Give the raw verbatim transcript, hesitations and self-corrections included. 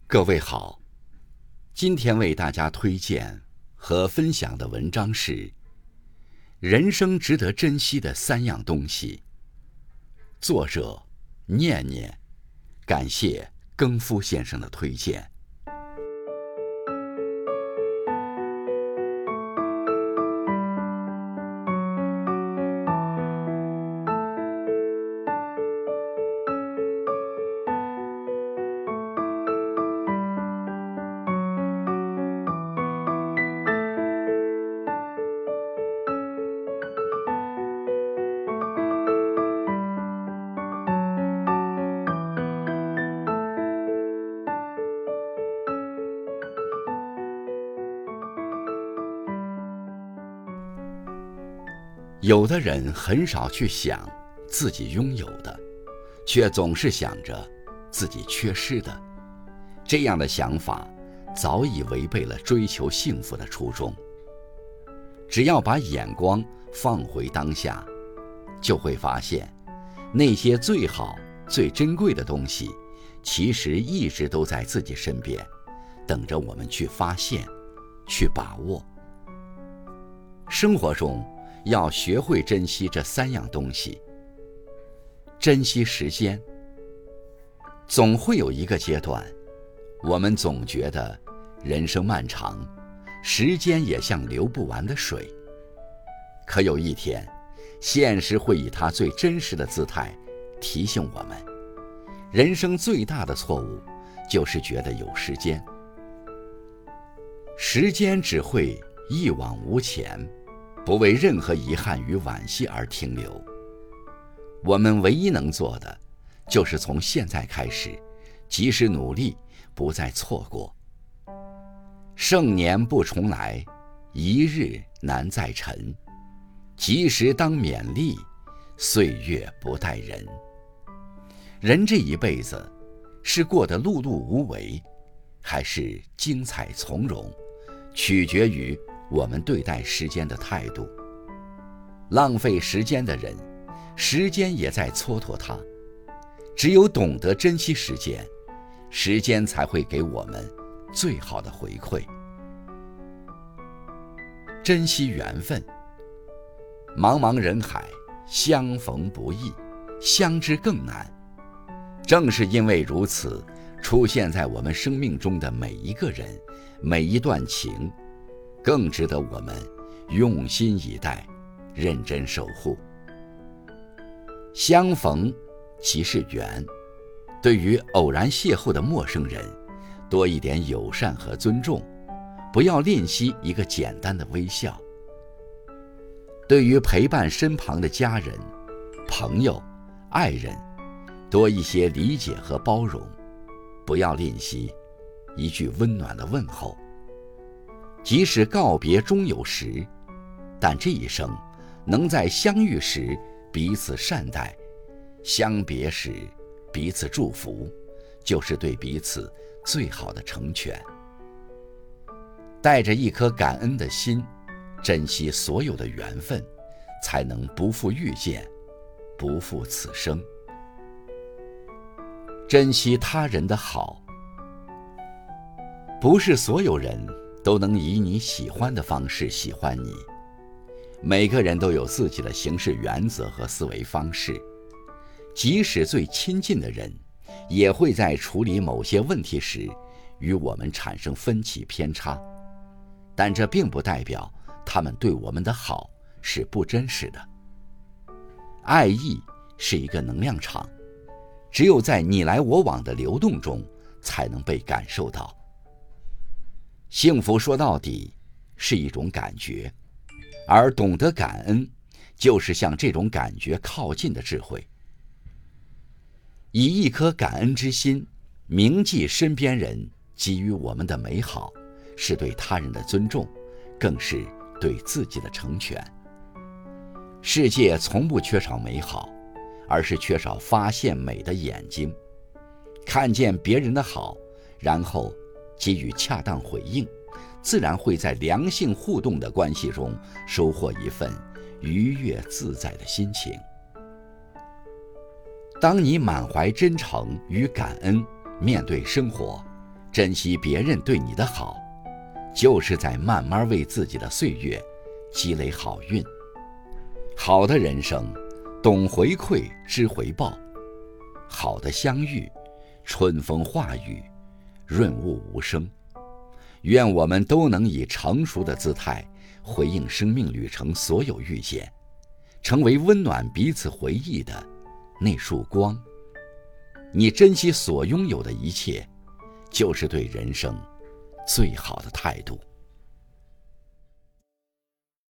各位好，今天为大家推荐和分享的文章是人生值得珍惜的三样东西，作者念念，感谢更夫先生的推荐。有的人很少去想自己拥有的，却总是想着自己缺失的。这样的想法早已违背了追求幸福的初衷。只要把眼光放回当下，就会发现那些最好最珍贵的东西其实一直都在自己身边，等着我们去发现，去把握。生活中要学会珍惜这三样东西。珍惜时间。总会有一个阶段，我们总觉得人生漫长，时间也像流不完的水。可有一天，现实会以它最真实的姿态提醒我们，人生最大的错误就是觉得有时间。时间只会一往无前，不为任何遗憾与惋惜而停留。我们唯一能做的，就是从现在开始，及时努力，不再错过。盛年不重来，一日难再晨。及时当勉励，岁月不待人。人这一辈子，是过得碌碌无为，还是精彩从容，取决于我们对待时间的态度。浪费时间的人，时间也在蹉跎他。只有懂得珍惜时间，时间才会给我们最好的回馈。珍惜缘分。茫茫人海，相逢不易，相知更难。正是因为如此，出现在我们生命中的每一个人，每一段情，更值得我们用心以待，认真守护。相逢即是缘，对于偶然邂逅的陌生人，多一点友善和尊重，不要吝惜一个简单的微笑。对于陪伴身旁的家人、朋友、爱人，多一些理解和包容，不要吝惜一句温暖的问候。即使告别终有时，但这一生能在相遇时彼此善待，相别时彼此祝福，就是对彼此最好的成全。带着一颗感恩的心，珍惜所有的缘分，才能不负遇见，不负此生。珍惜他人的好。不是所有人都能以你喜欢的方式喜欢你，每个人都有自己的行事原则和思维方式。即使最亲近的人，也会在处理某些问题时与我们产生分歧偏差，但这并不代表他们对我们的好是不真实的。爱意是一个能量场，只有在你来我往的流动中，才能被感受到。幸福说到底是一种感觉，而懂得感恩，就是向这种感觉靠近的智慧。以一颗感恩之心，铭记身边人给予我们的美好，是对他人的尊重，更是对自己的成全。世界从不缺少美好，而是缺少发现美的眼睛。看见别人的好，然后给予恰当回应，自然会在良性互动的关系中收获一份愉悦自在的心情。当你满怀真诚与感恩面对生活， 珍惜别人对你的好，就是在慢慢为自己的岁月积累好运。好的人生，懂回馈，知回报；好的相遇，春风化雨，润物无声。愿我们都能以成熟的姿态回应生命旅程所有遇见，成为温暖彼此回忆的那束光。你珍惜所拥有的一切，就是对人生最好的态度。